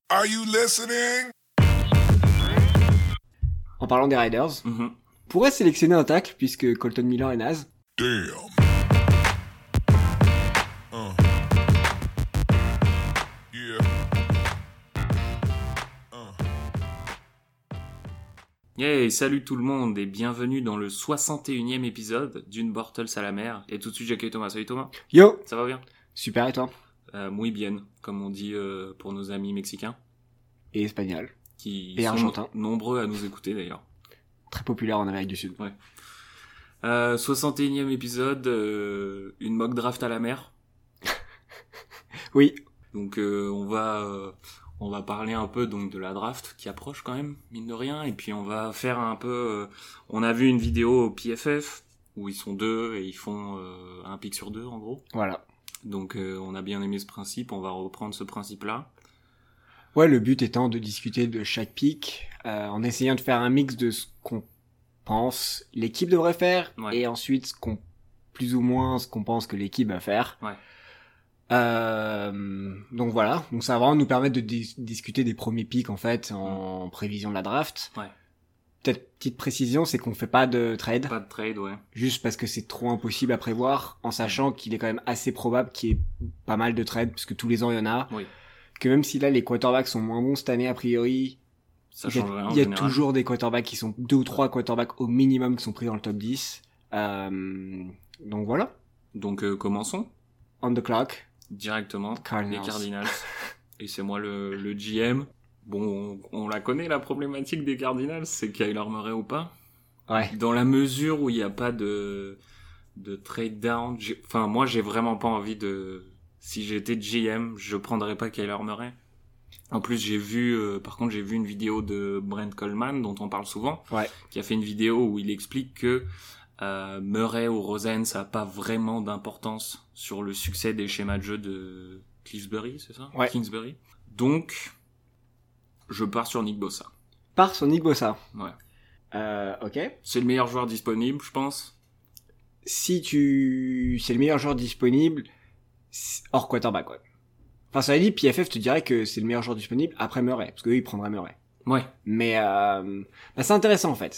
Are you listening? En parlant des Riders, pourrait sélectionner un tackle puisque Colton Miller est naze. Damn. Yeah. Hey, salut tout le monde et bienvenue dans le 61e épisode d'une Bortles à la mer. Et tout de suite, j'accueille Thomas. Salut Thomas. Yo, Ça va bien? super, et toi? Muy bien, comme on dit pour nos amis mexicains. Et espagnol. Qui Et sont argentin. nombreux à nous écouter d'ailleurs. Très populaire en Amérique du Sud. 61e épisode, une mock draft à la mer. Oui, Donc on va parler un peu donc de la draft qui approche quand même, mine de rien, et puis on va faire un peu on a vu une vidéo au PFF où ils sont deux et ils font un pick sur deux en gros. voilà. Donc on a bien aimé ce principe, on va reprendre ce principe-là. Ouais, le but étant de discuter de chaque pick, en essayant de faire un mix de ce qu'on pense l'équipe devrait faire, Ouais. et ensuite plus ou moins ce qu'on pense que l'équipe va faire. Ouais. Donc voilà, donc ça va vraiment nous permettre de discuter des premiers picks en fait en prévision de la draft. Ouais. Peut-être petite précision, c'est qu'on fait pas de trade, Pas de trade, ouais. juste parce que c'est trop impossible à prévoir, en sachant qu'il est quand même assez probable qu'il y ait pas mal de trades, parce que tous les ans il y en a. Oui. Que même si là les quarterbacks sont moins bons cette année a priori, Ça change rien en il y a général. toujours des quarterbacks qui sont 2 ou 3 quarterbacks au minimum qui sont pris dans le top 10. Donc voilà, Donc commençons on the clock. directement. Cardinals. Les Cardinals. Et c'est moi le GM. Bon, on la connaît la problématique des Cardinals, c'est Kyler Murray ou pas. Ouais. Dans la mesure où il n'y a pas de trade down, moi j'ai vraiment pas envie de... Si j'étais GM, je prendrais pas Kyler Murray. En plus, j'ai vu une vidéo de Brent Coleman, dont on parle souvent, Ouais. qui a fait une vidéo où il explique que Murray ou Rosen, ça a pas vraiment d'importance sur le succès des schémas de jeu de Kingsbury, c'est ça? Ouais. Kingsbury. Donc, je pars sur Nick Bosa. Par son Nick Bosa. Ouais. Ok. C'est le meilleur joueur disponible, je pense. C'est le meilleur joueur disponible hors quarterback, ouais. Enfin, ça dit, PFF te dirait que c'est le meilleur joueur disponible après Murray, parce qu'eux, ils prendraient Murray. Ouais. Mais c'est intéressant, en fait.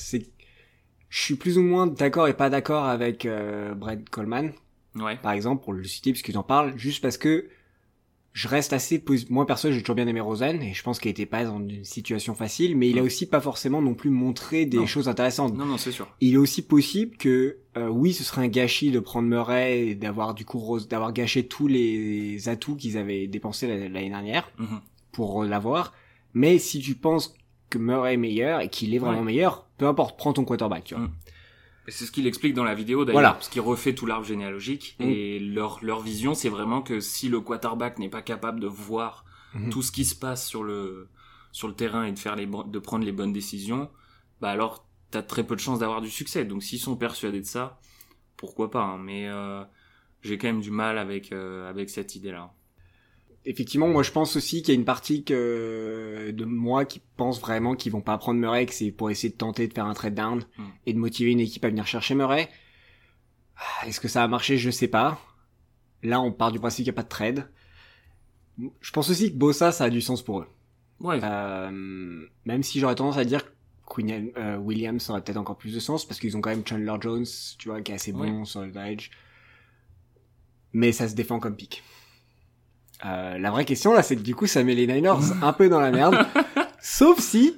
Je suis plus ou moins d'accord et pas d'accord avec Brett Coleman, Ouais. par exemple, pour le citer, puisque t'en parles, juste parce que je reste assez moi, perso, j'ai toujours bien aimé Rosen, et je pense qu'il était pas dans une situation facile, mais il a aussi pas forcément non plus montré des Non. choses intéressantes. Non, c'est sûr. Il est aussi possible que, oui, ce serait un gâchis de prendre Murray et d'avoir gâché tous les atouts qu'ils avaient dépensés l'année dernière pour l'avoir. Mais si tu penses que Murray est meilleur et qu'il est vraiment meilleur, peu importe, prends ton quarterback, tu vois. Et c'est ce qu'il explique dans la vidéo d'ailleurs, Voilà. parce qu'il refait tout l'arbre généalogique, et leur vision, c'est vraiment que si le quarterback n'est pas capable de voir tout ce qui se passe sur le terrain et de prendre les bonnes décisions, bah alors t'as très peu de chances d'avoir du succès. Donc s'ils sont persuadés de ça, pourquoi pas, hein. Mais j'ai quand même du mal avec cette idée-là. Effectivement, moi je pense aussi qu'il y a une partie de moi qui pense vraiment qu'ils vont pas prendre Murray, que c'est pour essayer de tenter de faire un trade down et de motiver une équipe à venir chercher Murray. Est-ce que ça a marché? Je sais pas. Là, on part du principe qu'il n'y a pas de trade. Je pense aussi que Bosa, ça a du sens pour eux. Ouais. Même si j'aurais tendance à dire que Williams aurait peut-être encore plus de sens, parce qu'ils ont quand même Chandler Jones, tu vois, qui est assez bon sur le edge. Mais ça se défend comme pick. La vraie question là, c'est que du coup ça met les Niners un peu dans la merde, sauf si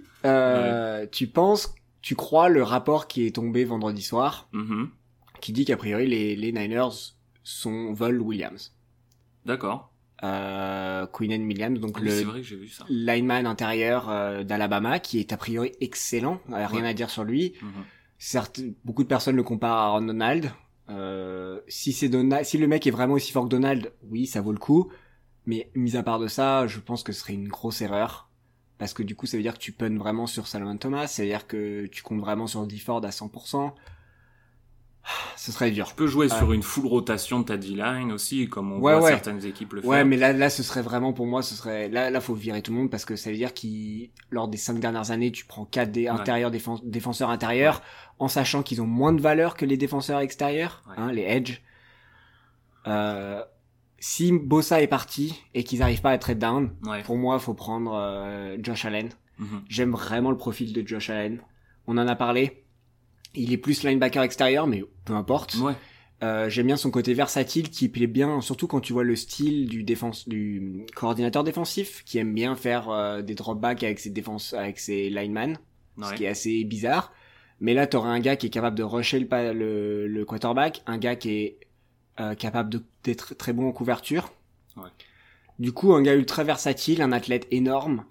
tu crois le rapport qui est tombé vendredi soir, qui dit qu'a priori les Niners veulent Williams. D'accord. Quinnen Williams, donc c'est vrai que j'ai vu ça. lineman intérieur d'Alabama, qui est a priori excellent, rien à dire sur lui. Certes, beaucoup de personnes le comparent à Aaron Donald. Si le mec est vraiment aussi fort que Donald, oui, ça vaut le coup. Mais mis à part de ça, je pense que ce serait une grosse erreur. Parce que du coup, ça veut dire que tu punnes vraiment sur Solomon Thomas, ça veut dire que tu comptes vraiment sur DeFord à 100%. Ce serait dur. Tu peux jouer sur une full rotation de ta D-line aussi, comme on voit certaines équipes le faire. Ouais, mais là, ce serait vraiment, pour moi, là, faut virer tout le monde, parce que ça veut dire lors des 5 dernières années, tu prends 4 défenseurs intérieurs, en sachant qu'ils ont moins de valeur que les défenseurs extérieurs, les edge. si Bosa est parti et qu'ils arrivent pas à trade down, Ouais. pour moi, faut prendre Josh Allen. Mhm. J'aime vraiment le profil de Josh Allen. On en a parlé. Il est plus linebacker extérieur, mais peu importe. Ouais. J'aime bien son côté versatile qui plaît bien, surtout quand tu vois le style du coordinateur défensif qui aime bien faire des dropbacks avec ses linemen, ce Ouais. qui est assez bizarre. Mais là, t'auras un gars qui est capable de rusher le quarterback, un gars qui est capable d'être très bon en couverture. Ouais. Du coup, un gars ultra versatile, un athlète énorme.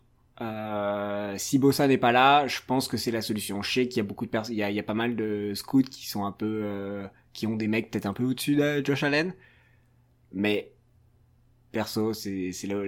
Si Bosa n'est pas là, je pense que c'est la solution. Je sais qu'il y a beaucoup de personnes, il y a pas mal de scouts qui sont un peu, qui ont des mecs peut-être un peu au-dessus de Josh Allen. Mais, perso, c'est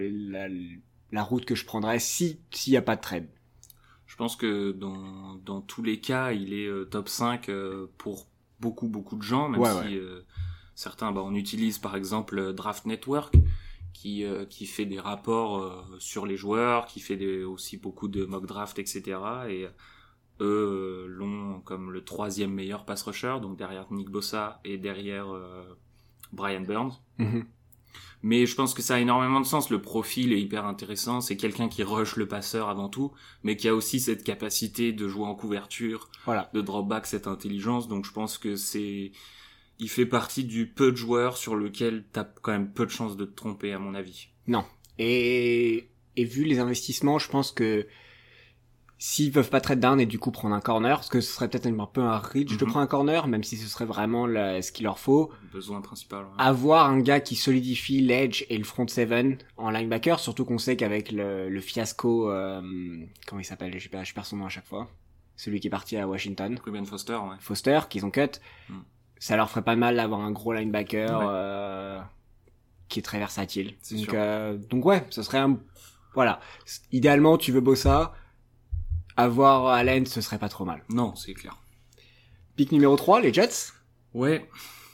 la route que je prendrais s'il y a pas de trade. Je pense que dans tous les cas, il est top 5 pour beaucoup de gens, même si certains, on utilise par exemple Draft Network qui fait des rapports sur les joueurs, qui fait aussi beaucoup de mock draft, etc. Et eux l'ont comme le 3e meilleur pass rusher, donc derrière Nick Bosa et derrière Brian Burns. Mm-hmm. Mais je pense que ça a énormément de sens. Le profil est hyper intéressant. C'est quelqu'un qui rush le passeur avant tout, mais qui a aussi cette capacité de jouer en couverture, Voilà. de drop back, cette intelligence. Donc je pense que il fait partie du peu de joueurs sur lequel t'as quand même peu de chances de te tromper, à mon avis. Non. Et vu les investissements, je pense que s'ils peuvent pas trade down et du coup prendre un corner, parce que ce serait peut-être un peu un reach de prendre un corner, même si ce serait vraiment ce qu'il leur faut. Besoin principal. Ouais. Avoir un gars qui solidifie l'edge et le front seven en linebacker, surtout qu'on sait qu'avec le fiasco, comment il s'appelle, je perds son nom à chaque fois, celui qui est parti à Washington, Ruben Foster, ouais. Foster, qu'ils ont cut, ça leur ferait pas mal d'avoir un gros linebacker qui est très versatile. C'est donc, sûr. Donc ouais, ce serait voilà. Idéalement, tu veux Bosa, avoir Allen, ce serait pas trop mal. Non, c'est clair. Pick numéro 3, les Jets. Ouais.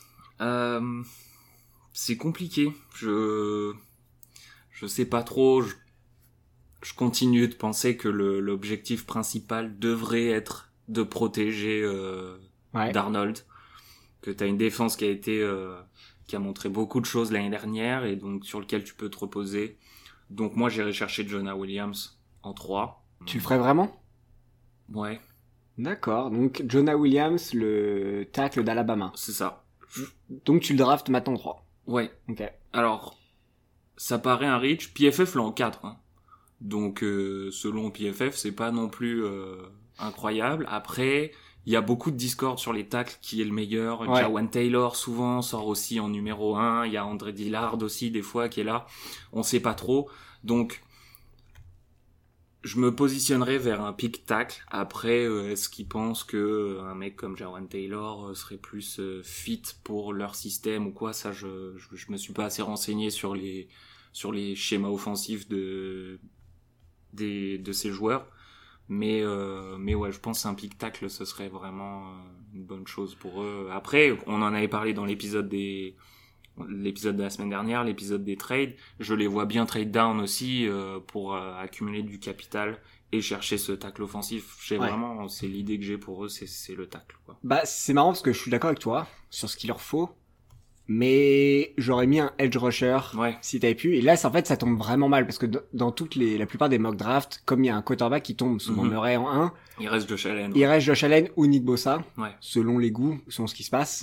C'est compliqué. Je sais pas trop. Je continue de penser que l'objectif principal devrait être de protéger Darnold. Que t'as une défense qui a montré beaucoup de choses l'année dernière et donc sur lequel tu peux te reposer. Donc moi j'irai chercher Jonah Williams en 3. Tu le ferais vraiment? Ouais. D'accord, donc Jonah Williams, le tackle d'Alabama. C'est ça. Donc tu le draftes maintenant 3. Ouais. Ok. Alors, ça paraît un reach. PFF l'a en 4. Hein. Donc, selon PFF, c'est pas non plus incroyable. Après, il y a beaucoup de discord sur les tacles, qui est le meilleur. Ouais. Jawan Taylor, souvent, sort aussi en numéro 1. Il y a André Dillard aussi, des fois, qui est là. On sait pas trop. Donc, je me positionnerai vers un pick tackle. Après, est-ce qu'ils pensent que un mec comme Jawan Taylor serait plus fit pour leur système ou quoi? Ça, je me suis pas assez renseigné sur les schémas offensifs de ces joueurs. Mais ouais, je pense qu'un pick tackle, ce serait vraiment une bonne chose pour eux. Après, on en avait parlé dans l'épisode de la semaine dernière, l'épisode des trades, je les vois bien trade down aussi pour accumuler du capital et chercher ce tackle offensif. Vraiment, c'est l'idée que j'ai pour eux, c'est le tackle, quoi. Bah, c'est marrant parce que je suis d'accord avec toi sur ce qu'il leur faut, mais j'aurais mis un edge rusher si t'avais pu. Et là, en fait, ça tombe vraiment mal parce que dans la plupart des mock drafts, comme il y a un quarterback qui tombe, souvent Murray en 1, il reste Josh Allen. Il reste Josh Allen ou Nick Bosa, ouais. Selon les goûts, selon ce qui se passe.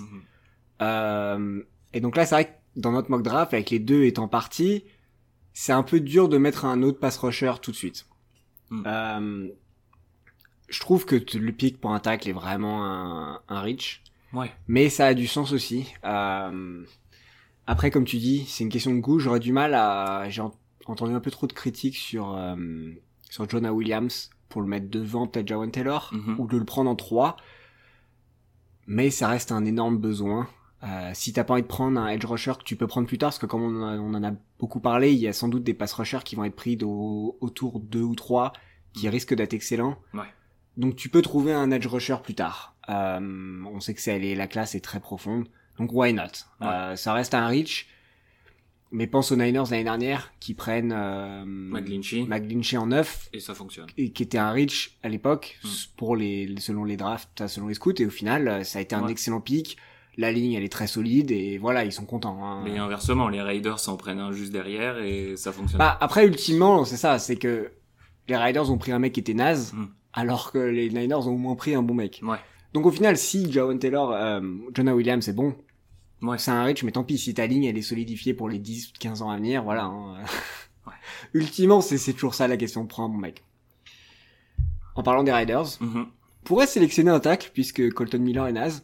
Et donc là, c'est vrai que dans notre mock draft, avec les deux étant partis, c'est un peu dur de mettre un autre pass rusher tout de suite. Je trouve que le pick pour un tackle est vraiment un reach. Ouais. Mais ça a du sens aussi. Après, comme tu dis, c'est une question de goût. J'aurais du mal j'ai entendu un peu trop de critiques sur Jonah Williams pour le mettre devant peut-être Jawan Taylor ou de le prendre en 3. Mais ça reste un énorme besoin. Si t'as pas envie de prendre un edge rusher que tu peux prendre plus tard, parce que comme on en a beaucoup parlé, il y a sans doute des pass rushers qui vont être pris autour 2 ou 3 qui risquent d'être excellents. Ouais. Donc tu peux trouver un edge rusher plus tard. On sait que la classe est très profonde, donc why not? Ouais. Ça reste un reach, mais pense aux Niners l'année dernière qui prennent McGlinchey en 9 et ça fonctionne. Et qui était un reach à l'époque selon les drafts, selon les scouts, et au final ça a été un excellent pick. La ligne, elle est très solide et voilà, ils sont contents. Hein. Mais inversement, les Raiders s'en prennent un juste derrière et ça fonctionne. Bah, après, ultimement, c'est ça, c'est que les Raiders ont pris un mec qui était naze, alors que les Niners ont au moins pris un bon mec. Ouais. Donc au final, si Jonah Williams est bon, c'est un reach, mais tant pis, si ta ligne, elle est solidifiée pour les 10-15 ans à venir, voilà. Hein. Ouais. Ultimement, c'est toujours ça la question, prends un bon mec. En parlant des Raiders, pourrait sélectionner un tackle, puisque Colton Miller est naze.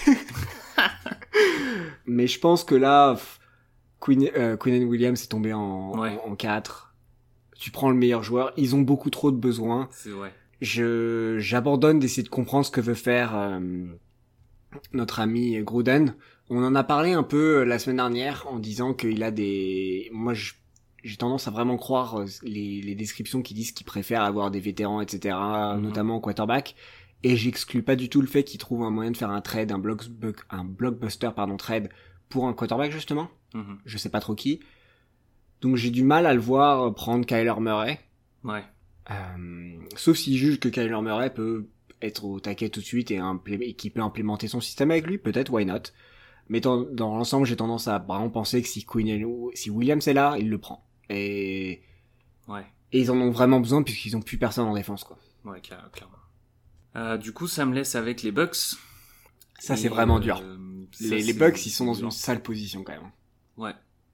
Mais je pense que là, Quinnen Williams est tombé en 4. Tu prends le meilleur joueur. Ils ont beaucoup trop de besoins. C'est vrai. J'abandonne d'essayer de comprendre ce que veut faire notre ami Gruden. On en a parlé un peu la semaine dernière en disant qu'il a des... Moi, j'ai tendance à vraiment croire les descriptions qui disent qu'il préfère avoir des vétérans, etc., notamment au quarterback. Et j'exclus pas du tout le fait qu'il trouve un moyen de faire un trade, un blockbuster, trade pour un quarterback, justement. Je sais pas trop qui. Donc j'ai du mal à le voir prendre Kyler Murray. Ouais. Sauf s'il juge que Kyler Murray peut être au taquet tout de suite et qu'il peut implémenter son système avec lui, peut-être, why not. Mais dans l'ensemble, j'ai tendance à vraiment penser que si Williams est là, il le prend. Et ils en ont vraiment besoin puisqu'ils ont plus personne en défense, quoi. Ouais, clairement. Du coup, ça me laisse avec les Bucks. Ça, c'est vraiment dur. Les Bucks, ils sont dans une sale position, quand même. Ouais.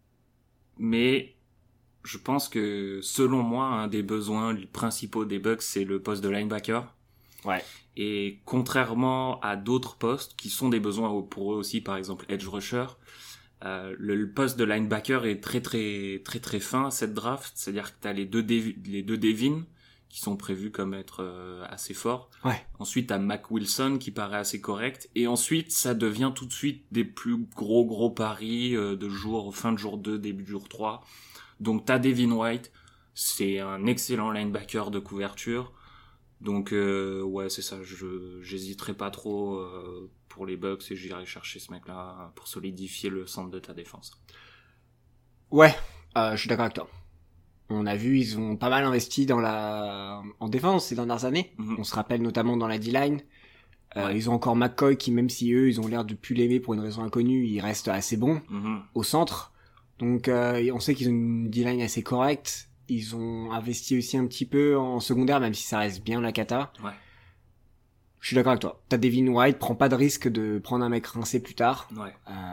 Mais je pense que, selon moi, un des besoins principaux des Bucks, c'est le poste de linebacker. Ouais. Et contrairement à d'autres postes, qui sont des besoins pour eux aussi, par exemple edge rusher, le poste de linebacker est très très très très fin cette draft. C'est-à-dire que t'as les deux Devin qui sont prévus comme être assez forts. Ouais. Ensuite, t'as Mac Wilson qui paraît assez correct. Et ensuite, ça devient tout de suite des plus gros paris de fin de jour 2, début de jour 3. Donc, t'as Devin White. C'est un excellent linebacker de couverture. Donc, ouais, c'est ça. J'hésiterai pas trop pour les Bucks et j'irai chercher ce mec-là pour solidifier le centre de ta défense. Ouais, je suis d'accord avec toi. On a vu, ils ont pas mal investi en défense ces dernières années. On se rappelle notamment dans la D-line. Ils ont encore McCoy qui, même si eux, ils ont l'air de plus l'aimer pour une raison inconnue, il reste assez bon au centre. Donc, on sait qu'ils ont une D-line assez correcte. Ils ont investi aussi un petit peu en secondaire, même si ça reste bien la cata. Ouais. Je suis d'accord avec toi. T'as Devin White, prends pas de risque de prendre un mec rincé plus tard. Ouais.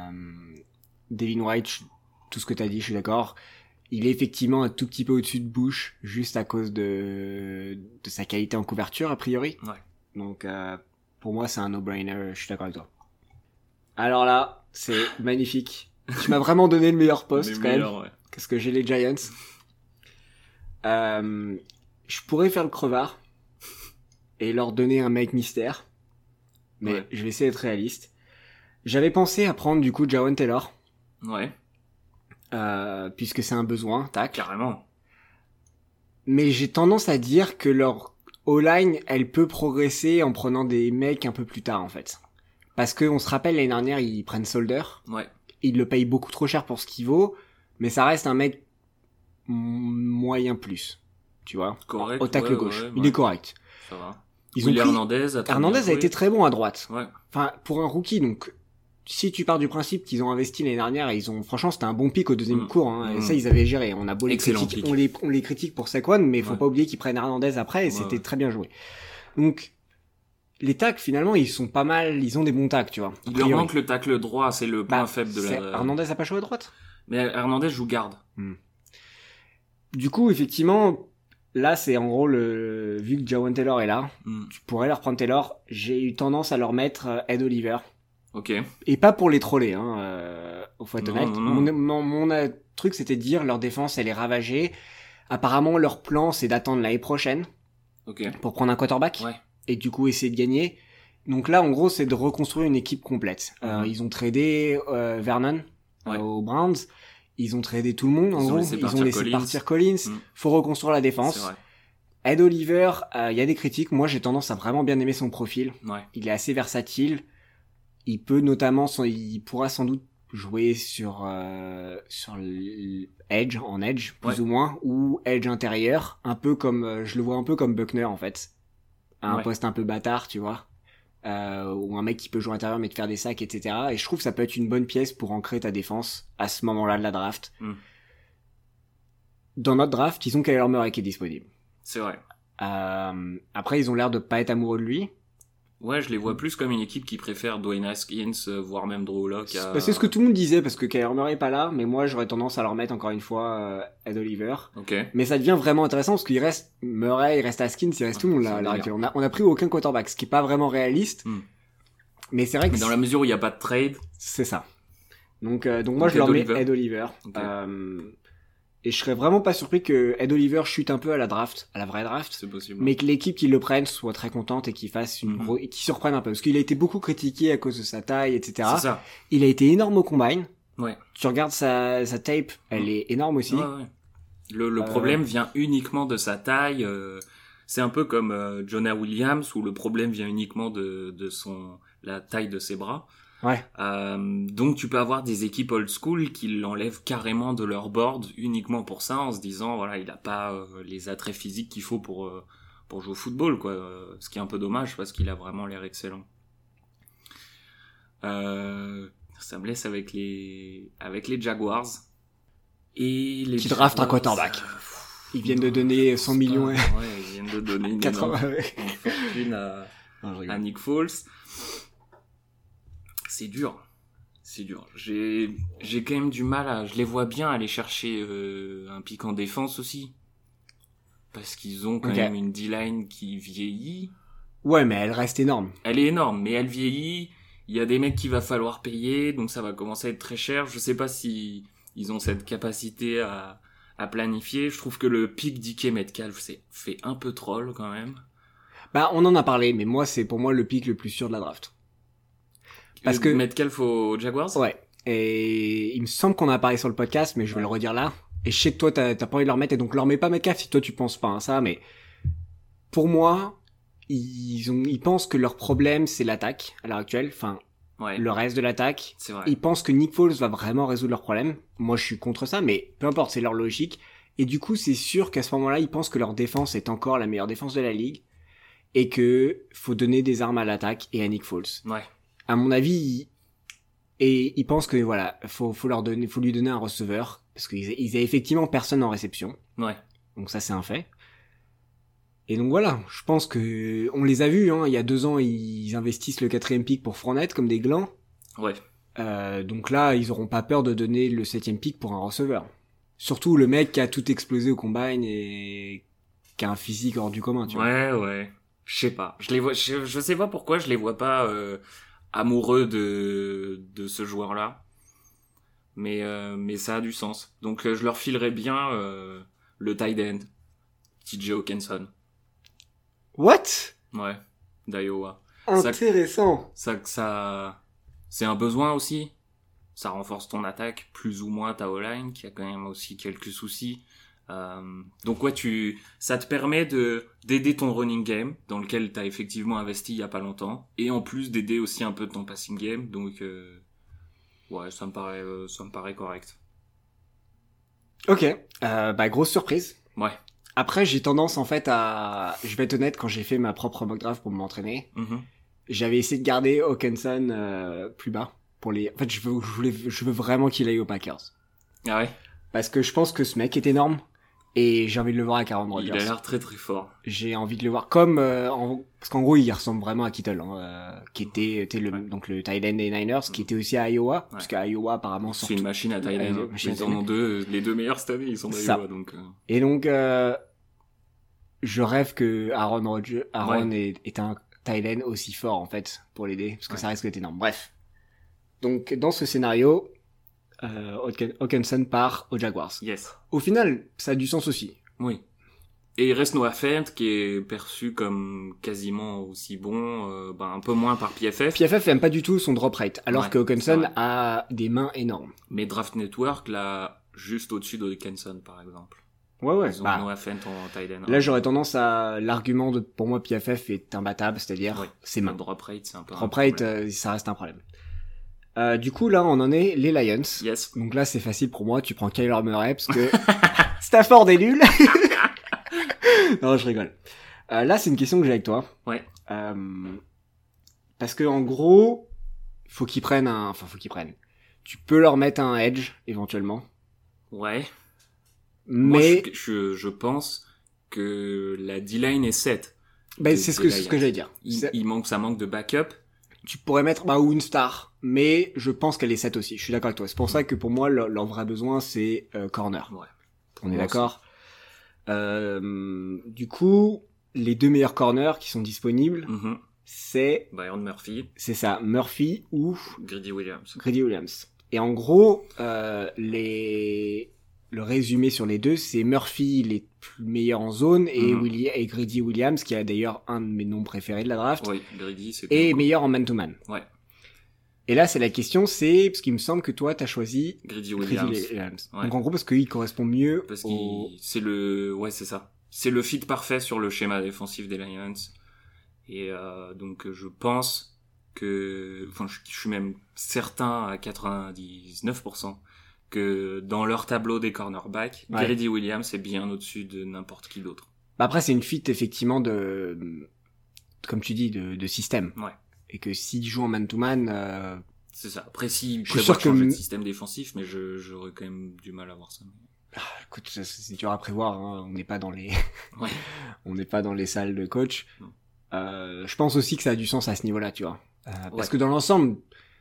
Devin White, tout ce que t'as dit, je suis d'accord. Il est effectivement un tout petit peu au-dessus de Bush, juste à cause de sa qualité en couverture, a priori. Ouais. Donc, pour moi, c'est un no-brainer, je suis d'accord avec toi. Alors là, c'est magnifique. Tu m'as vraiment donné le meilleur poste, quand même. Ouais. Parce que j'ai les Giants. Je pourrais faire le crevard et leur donner un mec mystère, mais je vais essayer d'être réaliste. J'avais pensé à prendre du coup Jawan Taylor, puisque c'est un besoin, tac. Carrément. Mais j'ai tendance à dire que leur O-line, elle peut progresser en prenant des mecs un peu plus tard en fait, parce que on se rappelle l'année dernière ils prennent Solder, ils le payent beaucoup trop cher pour ce qu'il vaut, mais ça reste un mec moyen plus, tu vois, correct, au tacle gauche. Il est correct. Ça va. Hernandez a été très bon à droite. Ouais. Enfin, pour un rookie, donc si tu pars du principe qu'ils ont investi l'année dernière, franchement c'était un bon pick au deuxième cours, hein, et ça ils avaient géré. On a beau les critiquer, on les critique pour Saquon, mais faut pas oublier qu'ils prennent Hernandez après et c'était très bien joué. Donc les tacles finalement ils sont pas mal, ils ont des bons tacles, tu vois. Il leur manque le tacle droit, c'est le point faible de la. Hernandez a pas joué à droite. Mais Hernandez joue garde. Du coup, effectivement, là, c'est en gros vu que Jawan Taylor est là, tu pourrais leur prendre Taylor. J'ai eu tendance à leur mettre Ed Oliver. Ok. Et pas pour les troller, faut être honnête. Mon truc, c'était de dire leur défense, elle est ravagée. Apparemment, leur plan, c'est d'attendre l'année prochaine. Ok. Pour prendre un quarterback. Ouais. Et du coup, essayer de gagner. Donc là, en gros, c'est de reconstruire une équipe complète. Ils ont tradé Vernon aux Browns. Ils ont tradé tout le monde, en gros. Ils ont laissé partir Collins. Faut reconstruire la défense. Ed Oliver, il y a des critiques. Moi, j'ai tendance à vraiment bien aimer son profil. Il est assez versatile. Il peut notamment, il pourra sans doute jouer sur edge, en edge, plus ou moins, ou edge intérieur. Un peu comme, je le vois un peu comme Buckner, en fait. Un poste un peu bâtard, tu vois. ou un mec qui peut jouer à l'intérieur mais te faire des sacs, etc. Et je trouve que ça peut être une bonne pièce pour ancrer ta défense à ce moment-là de la draft. Dans notre draft, ils ont Kyler Murray qui est disponible. C'est vrai. Après, ils ont l'air de pas être amoureux de lui. Ouais, je les vois plus comme une équipe qui préfère Dwayne Haskins, voire même Drew Lock. C'est ce que tout le monde disait, parce que Kyler Murray est pas là, mais moi j'aurais tendance à leur mettre encore une fois Ed Oliver. Okay. Mais ça devient vraiment intéressant, parce qu'il reste Murray, il reste Haskins, il reste tout le monde là. On a pris aucun quarterback, ce qui est pas vraiment réaliste. Mais c'est vrai que... Mais dans la mesure où il n'y a pas de trade... C'est ça. Donc moi je leur mets Ed Oliver. Okay. Et je serais vraiment pas surpris que Ed Oliver chute un peu à la draft, à la vraie draft. C'est possible. Mais que l'équipe qui le prenne soit très contente et qu'il fasse et qu'il surprenne un peu. Parce qu'il a été beaucoup critiqué à cause de sa taille, etc. C'est ça. Il a été énorme au combine. Ouais. Tu regardes sa tape, elle est énorme aussi. Ouais. Le problème vient uniquement de sa taille. C'est un peu comme Jonah Williams où le problème vient uniquement de la taille de ses bras. Ouais. Donc tu peux avoir des équipes old school qui l'enlèvent carrément de leur board uniquement pour ça, en se disant voilà, il a pas les attraits physiques qu'il faut pour jouer au football, quoi. Ce qui est un peu dommage parce qu'il a vraiment l'air excellent. Ça me laisse avec les Jaguars et les qui draftent un quarterback. Ils viennent de donner 100 millions. Ouais, ils viennent de donner une fortune à Nick Foles. C'est dur. J'ai quand même du mal je les vois bien aller chercher un pick en défense aussi. Parce qu'ils ont quand même une D-line qui vieillit. Ouais, mais elle reste énorme. Elle est énorme, mais elle vieillit. Il y a des mecs qu'il va falloir payer, donc ça va commencer à être très cher. Je sais pas si ils ont cette capacité à planifier. Je trouve que le pick d'Ike Metcalf fait un peu troll quand même. Bah, on en a parlé, mais moi, c'est pour moi le pick le plus sûr de la draft. Parce que Metcalf aux Jaguars. Ouais. Et il me semble qu'on a parlé sur le podcast, mais je vais le redire là. Et je sais que toi, t'as pas envie de leur mettre, et donc leur mets pas Metcalf si toi tu penses pas à ça, mais pour moi, ils pensent que leur problème c'est l'attaque à l'heure actuelle. Enfin, le reste de l'attaque. C'est vrai. Ils pensent que Nick Foles va vraiment résoudre leur problème. Moi, je suis contre ça, mais peu importe, c'est leur logique. Et du coup, c'est sûr qu'à ce moment-là, ils pensent que leur défense est encore la meilleure défense de la ligue et que faut donner des armes à l'attaque et à Nick Foles. Ouais. À mon avis, ils pensent que voilà, faut lui donner un receveur parce qu'ils avaient effectivement personne en réception. Ouais. Donc ça c'est un fait. Et donc voilà, je pense que on les a vus. Il y a 2 ans, ils investissent le 4e pick pour Fournette comme des glands. Ouais. Donc là, ils auront pas peur de donner le 7e pick pour un receveur. Surtout le mec qui a tout explosé au combine et qui a un physique hors du commun. Tu vois. Ouais. Je sais pas. Je sais pas pourquoi je les vois pas. Amoureux de ce joueur-là, mais ça a du sens. Donc je leur filerais bien le tight end, TJ Hawkinson. What? Ouais, d'Iowa. Intéressant. Ça, c'est un besoin aussi. Ça renforce ton attaque, plus ou moins ta O-line, qui a quand même aussi quelques soucis. Donc ouais, ça te permet d'aider ton running game dans lequel t'as effectivement investi il y a pas longtemps, et en plus d'aider aussi un peu ton passing game. Donc ouais, ça me paraît correct. Ok, grosse surprise. Ouais. Après, j'ai tendance en fait je vais être honnête, quand j'ai fait ma propre mock draft pour m'entraîner, j'avais essayé de garder Hawkinson plus bas pour en fait je veux vraiment qu'il aille aux Packers. Ah ouais. Parce que je pense que ce mec est énorme. Et j'ai envie de le voir avec Aaron Rodgers. Il a l'air très très fort. J'ai envie de le voir comme parce qu'en gros il ressemble vraiment à Kittle, qui était donc le tight end des Niners, qui était aussi à Iowa, parce qu'à Iowa apparemment c'est une machine à tight end. Ils en ont les 2 meilleurs cette année, ils sont d'Iowa donc. Et donc je rêve que Aaron est un tight end aussi fort en fait pour l'aider, parce que ça risque d'être énorme. Bref. Donc dans ce scénario, Hawkinson part aux Jaguars. Yes. Au final, ça a du sens aussi. Oui. Et il reste Noah Fent, qui est perçu comme quasiment aussi bon, un peu moins par PFF. PFF aime pas du tout son drop rate, alors que Hawkinson a des mains énormes. Mais Draft Network, là, juste au-dessus de Hawkinson, par exemple. Ouais. Ils ont Noah Fent en tight end. Là, j'aurais tendance à l'argument pour moi, PFF est imbattable, c'est-à-dire ses mains. Le drop rate, c'est un peu drop rate, ça reste un problème. Du coup, là, on en est les Lions. Yes. Donc là, c'est facile pour moi. Tu prends Kyler Murray parce que Stafford est nul. Non, je rigole. Là, c'est une question que j'ai avec toi. Ouais. T'as Parce que en gros, faut qu'ils prennent. Tu peux leur mettre un edge, éventuellement. Ouais. Mais... Moi, je pense que la D-line est set. Ben, c'est ce que j'allais dire. Ça manque de backup. Tu pourrais mettre, ou une star. Mais je pense qu'elle est 7 aussi. Je suis d'accord avec toi. C'est pour ça que pour moi, leur vrai besoin, c'est corner. Ouais. On est d'accord. Du coup, les 2 meilleurs corners qui sont disponibles, c'est... Byron Murphy. C'est ça, Murphy ou... Grady Williams. Et en gros, le résumé sur les deux, c'est Murphy, il est plus meilleur en zone, et Grady Williams, qui a d'ailleurs un de mes noms préférés de la draft. Oui, Grady, c'est et meilleur en man-to-man. Ouais. Et là, c'est la question, c'est, parce qu'il me semble que toi, t'as choisi Grady Williams. Ouais. Donc en gros, parce qu'il correspond mieux c'est c'est ça. C'est le fit parfait sur le schéma défensif des Lions. Et donc je pense que, je suis même certain à 99% que dans leur tableau des cornerbacks, Grady Williams est bien au-dessus de n'importe qui d'autre. Après, c'est une fit effectivement comme tu dis, de système. Ouais. Et que s'il joue en man-to-man, c'est ça. Après, s'il prévoit de changer de système défensif, mais j'aurais quand même du mal à voir ça. Écoute, c'est dur à prévoir, hein. On n'est pas dans les, on n'est pas dans les salles de coach. Je pense aussi que ça a du sens à ce niveau-là, tu vois. Parce que dans l'ensemble,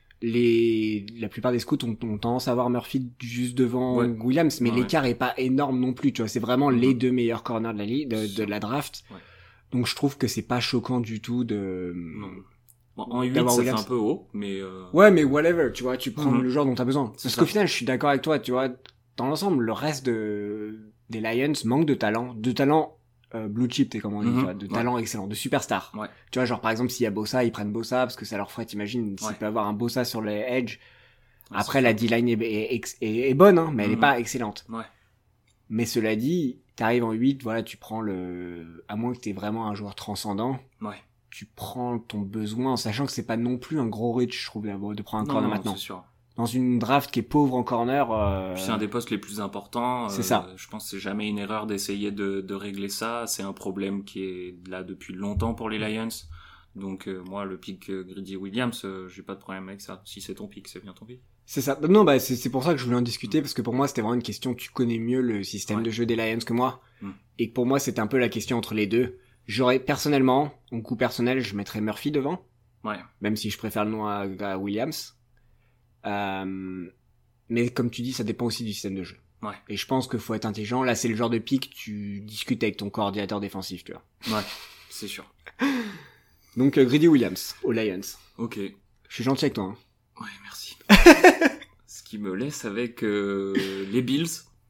la plupart des scouts ont tendance à avoir Murphy juste devant Williams, mais l'écart est pas énorme non plus, tu vois. C'est vraiment les 2 meilleurs corners de la ligue, de la draft. Ouais. Donc je trouve que c'est pas choquant du tout de... Non. Bon, en 8, ça Williams. Fait un peu haut, mais... Ouais, mais whatever, tu vois, tu prends le joueur dont t'as besoin. Parce qu'au final, je suis d'accord avec toi, tu vois, dans l'ensemble, le reste des Lions manque de talent. De talent blue chip, t'es comment on dit, tu vois, de talent excellent, de superstar. Ouais. Tu vois, genre par exemple, s'il y a Bosa, ils prennent Bosa, parce que ça leur ferait, t'imagines, s'il peut avoir un Bosa sur les edge. Après, la D-line est bonne, hein, mais elle est pas excellente. Ouais. Mais cela dit, t'arrives en 8, voilà, tu prends à moins que t'aies vraiment un joueur transcendant. Ouais. Tu prends ton besoin en sachant que c'est pas non plus un gros reach, je trouve, de prendre un corner maintenant. C'est sûr. Dans une draft qui est pauvre en corner... Puis c'est un des postes les plus importants. C'est ça. Je pense que c'est jamais une erreur d'essayer de régler ça. C'est un problème qui est là depuis longtemps pour les Lions. Donc moi, le pick Grady Williams, j'ai pas de problème avec ça. Si c'est ton pick, c'est bien ton pick. C'est ça. Non, c'est pour ça que je voulais en discuter, parce que pour moi, c'était vraiment une question, tu connais mieux le système de jeu des Lions que moi. Et que pour moi, c'était un peu la question entre les deux. J'aurais, personnellement, en coup personnel, je mettrais Murphy devant. Ouais. Même si je préfère le nom à Williams. Mais comme tu dis, ça dépend aussi du système de jeu. Ouais. Et je pense qu'il faut être intelligent. Là, c'est le genre de pick, tu discutes avec ton coordinateur défensif, tu vois. Ouais, c'est sûr. Donc, Grady Williams, aux Lions. Ok. Je suis gentil avec toi, hein. Ouais, merci. Ce qui me laisse avec les Bills.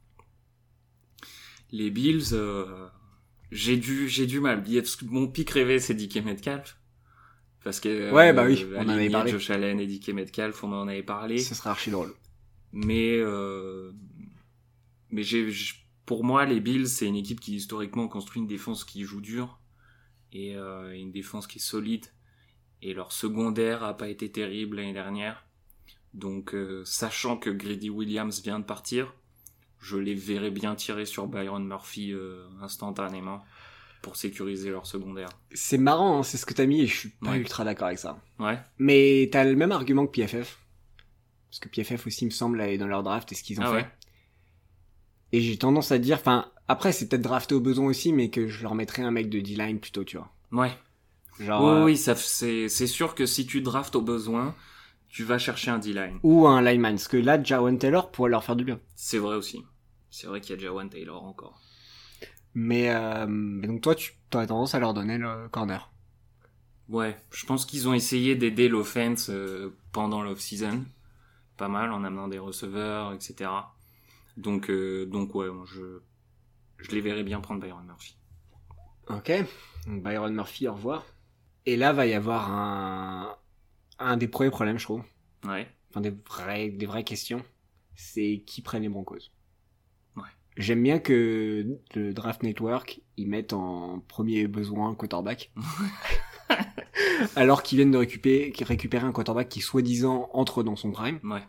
Les Bills, j'ai du mal. Mon pick rêvé, c'est DK Metcalf. Parce que oui, on en avait parlé. Josh Allen et DK Metcalf, on en avait parlé. Ce serait archi drôle. Mais pour moi, les Bills, c'est une équipe qui historiquement construit une défense qui joue dur et une défense qui est solide. Et leur secondaire a pas été terrible l'année dernière. Donc, sachant que Grady Williams vient de partir, je les verrais bien tirer sur Byron Murphy instantanément pour sécuriser leur secondaire. C'est marrant, hein, c'est ce que t'as mis et je suis pas ultra d'accord avec ça. Ouais. Mais t'as le même argument que PFF. Parce que PFF aussi, me semble, aller dans leur draft et ce qu'ils ont fait. Ouais. Et j'ai tendance à dire, après c'est peut-être drafté au besoin aussi, mais que je leur mettrais un mec de D-line plutôt, tu vois. Ouais. Genre, oui, c'est sûr que si tu draftes au besoin, tu vas chercher un D-line. Ou un lineman, parce que là, Jawan Taylor pourrait leur faire du bien. C'est vrai aussi. C'est vrai qu'il y a Jawan Taylor encore. Mais donc toi, tu aurais tendance à leur donner le corner. Ouais, je pense qu'ils ont essayé d'aider l'offense pendant l'off-season. Pas mal, en amenant des receveurs, etc. Donc ouais, je les verrais bien prendre Byron Murphy. Ok, donc Byron Murphy, au revoir. Et là, va y avoir un des premiers problèmes, je trouve. Ouais. Enfin, des vraies questions. C'est qui prennent les Broncos. Ouais. J'aime bien que le Draft Network, ils mettent en premier besoin quarterback. Alors qu'ils viennent de récupérer un quarterback qui, soi-disant, entre dans son prime. Ouais.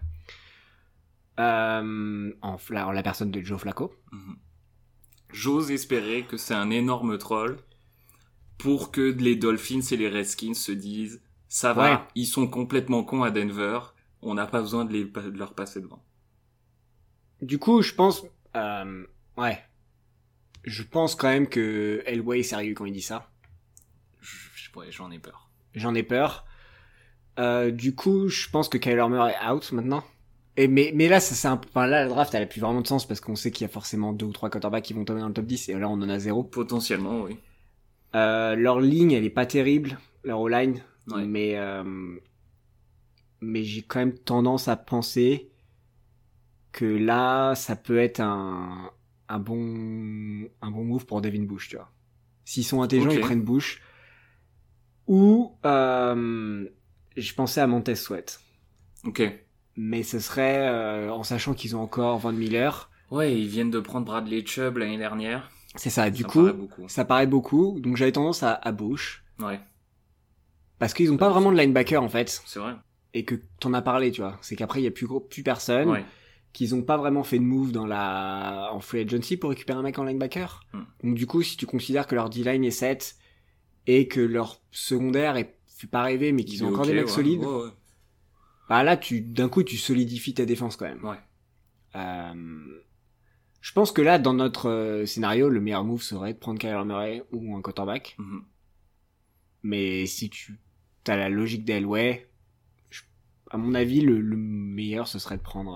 En la personne de Joe Flacco. Mm-hmm. J'ose espérer que c'est un énorme troll pour que les Dolphins et les Redskins se disent Ça Ouais. va, ils sont complètement cons à Denver, on n'a pas besoin de leur passer devant. Du coup, je pense, ouais. Je pense quand même que Elway est sérieux quand il dit ça. Ouais, j'en ai peur. J'en ai peur. Du coup, je pense que Kyler Murray est out maintenant. Mais là, ça, c'est enfin, là, la draft, elle a plus vraiment de sens parce qu'on sait qu'il y a forcément 2 ou 3 quarterbacks qui vont tomber dans le top 10 et là, on en a 0. Potentiellement, oui. Leur ligne, elle est pas terrible, leur O-line. Ouais. Mais j'ai quand même tendance à penser que là, ça peut être un bon move pour Devin Bush, tu vois. S'ils sont intelligents, Ok. ils prennent Bush. Ou, je pensais à Montez Sweat. Ok. Mais ce serait, en sachant qu'ils ont encore Von Miller. Ouais, ils viennent de prendre Bradley Chubb l'année dernière. C'est ça, du Ça coup, paraît beaucoup. ça paraît beaucoup. Donc j'avais tendance à Bush. Ouais, Parce qu'ils ont pas vraiment de linebacker, en fait. c'est vrai. Et que t'en as parlé, tu vois. C'est qu'après, il y a plus personne. Ouais. Qu'ils ont pas vraiment fait de move en free agency pour récupérer un mec en linebacker. Donc du coup, si tu considères que leur D-line est 7 et que leur secondaire fait pas rêver, mais qu'ils ont encore des mecs solides, Ouais. bah là, d'un coup, tu solidifies ta défense quand même. Ouais. Je pense que là, dans notre scénario, le meilleur move serait de prendre Kyler Murray ou un quarterback. Mhm. Mais si tu as la logique d'Elway, à mon avis, le meilleur, ce serait de prendre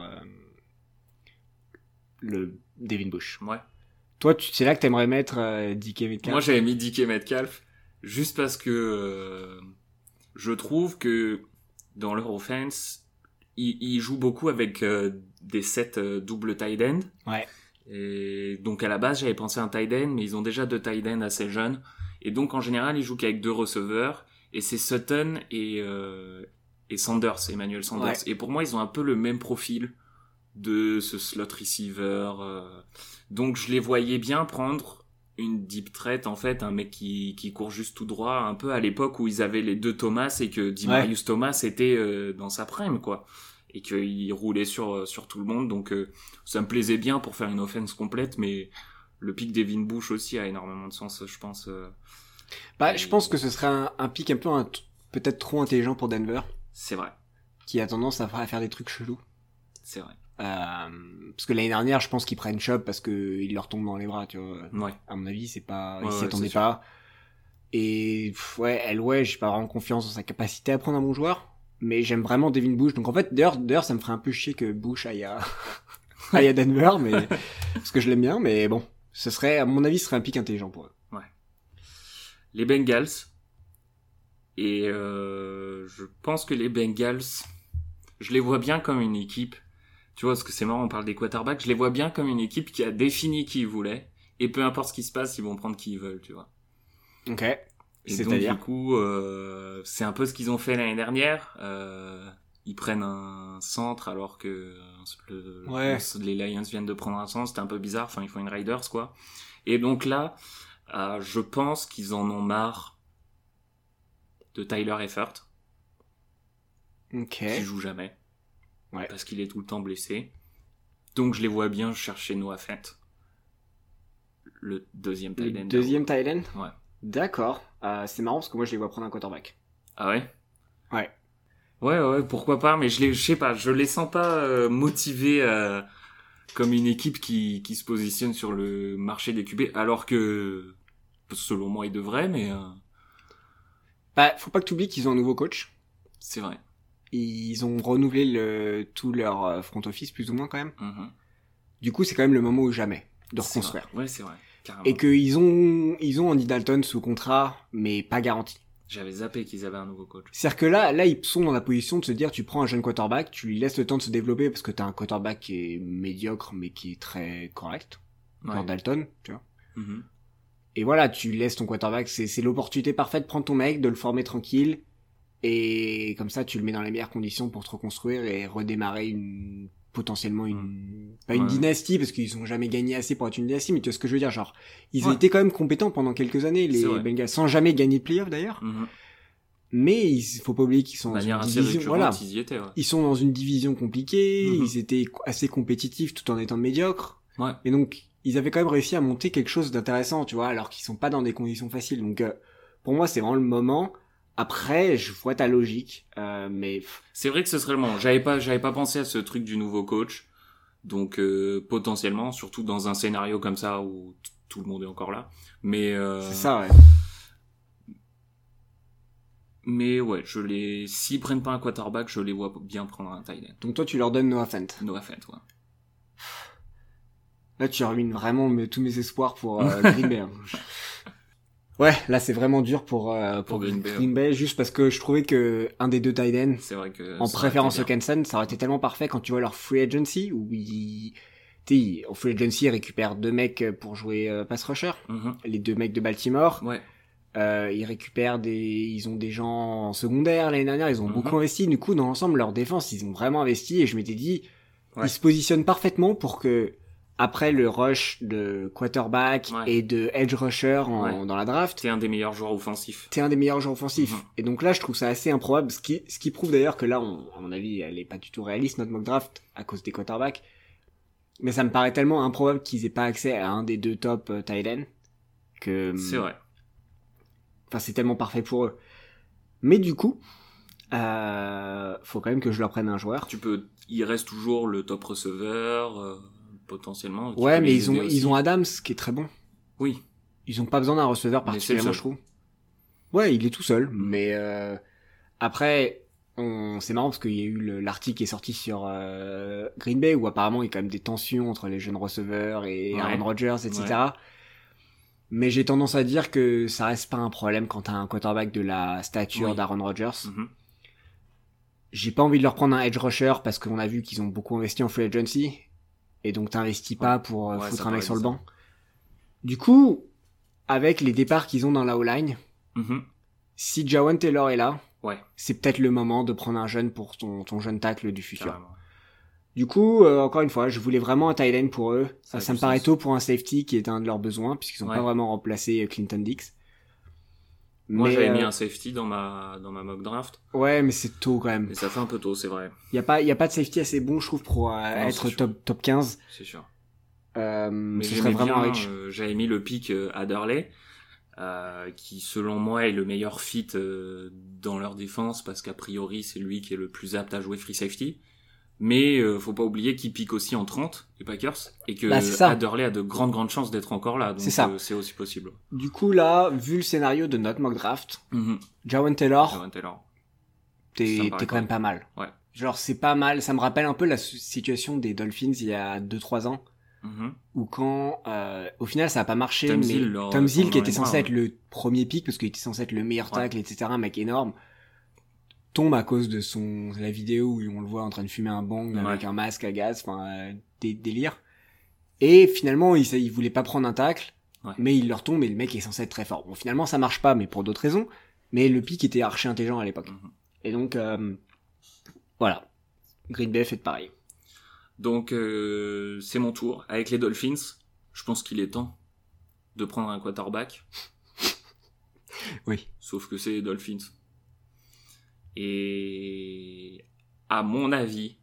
le Devin Bush. Ouais. Toi, c'est là que t'aimerais mettre DK Metcalf. Moi, j'avais mis DK Metcalf juste parce que je trouve que dans leur offense, ils jouent beaucoup avec des sets double tight end. Ouais. Et donc à la base, j'avais pensé à un tight end, mais ils ont déjà 2 tight ends assez jeunes. Et donc en général, ils jouent qu'avec 2 receveurs. Et c'est Sutton et Sanders, Emmanuel Sanders. Ouais. Et pour moi, ils ont un peu le même profil de ce slot receiver. Donc je les voyais bien prendre une deep threat, en fait, un mec qui court juste tout droit, un peu à l'époque où ils avaient les 2 Thomas et que Demarius Thomas était dans sa prime, quoi. Et qu'il roulait sur tout le monde. Donc ça me plaisait bien pour faire une offense complète, mais le pick Devin Bush aussi a énormément de sens, je pense. Je pense que ce serait un pick un peu peut-être trop intelligent pour Denver, C'est vrai, qui a tendance à faire des trucs chelous. c'est vrai. Parce que l'année dernière, je pense qu'ils prennent Chubb parce que il leur tombe dans les bras, tu vois. Ouais. À mon avis, c'est pas, Ouais, ils s'y ouais, attendaient c'est sûr. pas. Et Elway, j'ai pas vraiment confiance dans sa capacité à prendre un bon joueur. Mais j'aime vraiment Devin Bush. Donc en fait, d'ailleurs, ça me ferait un peu chier que Bush aille à Denver, mais parce que je l'aime bien. Mais bon, ce serait, à mon avis, ce serait un pick intelligent pour eux. Ouais. Les Bengals. Et je pense que les Bengals, je les vois bien comme une équipe. Tu vois, parce que c'est marrant, on parle des quarterbacks. Je les vois bien comme une équipe qui a défini qui ils voulaient. Et peu importe ce qui se passe, ils vont prendre qui ils veulent, tu vois. Ok. Et donc, C'est-à-dire du coup, c'est un peu ce qu'ils ont fait l'année dernière. Ils prennent un centre alors que les Lions viennent de prendre un centre. C'était un peu bizarre. Enfin, ils font une Raiders, quoi. Et donc là, je pense qu'ils en ont marre de Tyler Eifert, Ok. qui joue jamais. Ouais. Parce qu'il est tout le temps blessé. Donc je les vois bien chercher Noah Fent, le deuxième tight end. Deuxième tight end. Ouais. D'accord. C'est marrant parce que moi, je les vois prendre un quarterback. Ah ouais? Ouais. Ouais, pourquoi pas, mais je sais pas, je les sens pas motivés comme une équipe qui se positionne sur le marché des QB, alors que selon moi ils devraient, mais Faut pas que tu oublies qu'ils ont un nouveau coach. c'est vrai. Ils ont renouvelé tout leur front office plus ou moins quand même. Mhm. Du coup, c'est quand même le moment ou jamais de C'est reconstruire. vrai. Ouais, c'est vrai, carrément. Et qu'ils ont Andy Dalton sous contrat, mais pas garanti. J'avais zappé qu'ils avaient un nouveau coach. C'est-à-dire que là, ils sont dans la position de se dire, tu prends un jeune quarterback, tu lui laisses le temps de se développer parce que t'as un quarterback qui est médiocre, mais qui est très correct. Ouais. Genre Dalton, tu vois. Mhm. Et voilà, tu laisses ton quarterback, c'est l'opportunité parfaite de prendre ton mec, de le former tranquille, et comme ça, tu le mets dans les meilleures conditions pour te reconstruire et redémarrer potentiellement pas une Ouais. dynastie, parce qu'ils ont jamais gagné assez pour être une dynastie, mais tu vois ce que je veux dire, genre, ils ont Ouais. été quand même compétents pendant quelques années, les C'est vrai. Bengals, sans jamais gagner de playoff d'ailleurs, Mhm. mais faut pas oublier qu'ils sont De dans une manière assez division, récurrente, voilà. ils y étaient, ouais. Ils sont dans une division compliquée, Mhm. ils étaient assez compétitifs tout en étant médiocres, Ouais. et donc, ils avaient quand même réussi à monter quelque chose d'intéressant, tu vois, alors qu'ils sont pas dans des conditions faciles. Donc, pour moi, c'est vraiment le moment. Après, je vois ta logique, mais C'est vrai que ce serait le moment. J'avais pas pensé à ce truc du nouveau coach. Donc, potentiellement, surtout dans un scénario comme ça où tout le monde est encore là. Mais, c'est ça, ouais. Mais ouais, s'ils prennent pas un quarterback, je les vois bien prendre un tight end. Donc toi, tu leur donnes Noah Fant. Noah Fant, ouais. Là, tu ruines vraiment tous mes espoirs pour Green Bay. Hein. Ouais, là, c'est vraiment dur pour Green Bay, juste parce que je trouvais que un des deux tight ends, c'est vrai que en préférence Hawkinson, ça aurait été tellement parfait quand tu vois leur free agency, où en free agency, ils récupèrent 2 mecs pour jouer pass rusher, les 2 mecs de Baltimore. Ouais. Ils récupèrent ils ont des gens en secondaire l'année dernière, ils ont beaucoup investi. Du coup, dans l'ensemble, leur défense, ils ont vraiment investi. Et je m'étais dit, ils se positionnent parfaitement pour que, après le rush de quarterback et de edge rusher dans la draft, t'es un des meilleurs joueurs offensifs. Et donc là, je trouve ça assez improbable. Ce qui prouve d'ailleurs que là, à mon avis, elle est pas du tout réaliste, notre mock draft, à cause des quarterbacks. Mais ça me paraît tellement improbable qu'ils aient pas accès à un des 2 top tight ends que... C'est vrai. Enfin, c'est tellement parfait pour eux. Mais du coup, faut quand même que je leur prenne un joueur. Il reste toujours le top receveur, potentiellement. Ouais, mais ils ont Adams, qui est très bon. Oui. Ils ont pas besoin d'un receveur particulièrement, je trouve. Ouais, il est tout seul. Mais après, c'est marrant parce qu'il y a eu l'article qui est sorti sur Green Bay, où apparemment il y a quand même des tensions entre les jeunes receveurs et Aaron Rodgers, etc. Ouais. Mais j'ai tendance à dire que ça reste pas un problème quand t'as un quarterback de la stature d'Aaron Rodgers. J'ai pas envie de leur prendre un edge rusher parce qu'on a vu qu'ils ont beaucoup investi en free agency. Et donc t'investis pas pour foutre un mec sur le banc. Du coup, avec les départs qu'ils ont dans la O-line, si Jawan Taylor est là, c'est peut-être le moment de prendre un jeune pour ton jeune tackle du futur. Carrément. Du coup, encore une fois, je voulais vraiment un tight end pour eux. Ça me paraît tôt pour un safety qui est un de leurs besoins, puisqu'ils ont pas vraiment remplacé Clinton Dix. Moi, j'avais mis un safety dans ma mock draft. Ouais, mais c'est tôt quand même. Et ça fait un peu tôt, c'est vrai. Y a pas de safety assez bon, je trouve, pour être top 15. C'est sûr. Mais ce serait vraiment riche. J'avais mis le pick Adderley, qui selon moi est le meilleur fit dans leur défense, parce qu'a priori c'est lui qui est le plus apte à jouer free safety. Mais faut pas oublier qu'il pique aussi en 30, les Packers, et que Adderley a de grandes chances d'être encore là, donc c'est aussi possible. Du coup là, vu le scénario de notre mock draft, Jawan Taylor, t'es quand même pas mal. Ouais. Genre c'est pas mal, ça me rappelle un peu la situation des Dolphins il y a 2-3 ans, où quand au final ça a pas marché, Tom Zil qui était censé être le premier pick, parce qu'il était censé être le meilleur tackle, etc., un mec énorme, tombe à cause de la vidéo où on le voit en train de fumer un bong avec un masque à gaz, enfin des délires. Et finalement il voulait pas prendre un tacle, mais il leur tombe et le mec est censé être très fort. Bon, finalement ça marche pas, mais pour d'autres raisons. Mais le pic était archi intelligent à l'époque. Et donc voilà, Green Bay fait pareil. Donc c'est mon tour avec les Dolphins. Je pense qu'il est temps de prendre un quarterback. Oui. Sauf que c'est les Dolphins. Et à mon avis,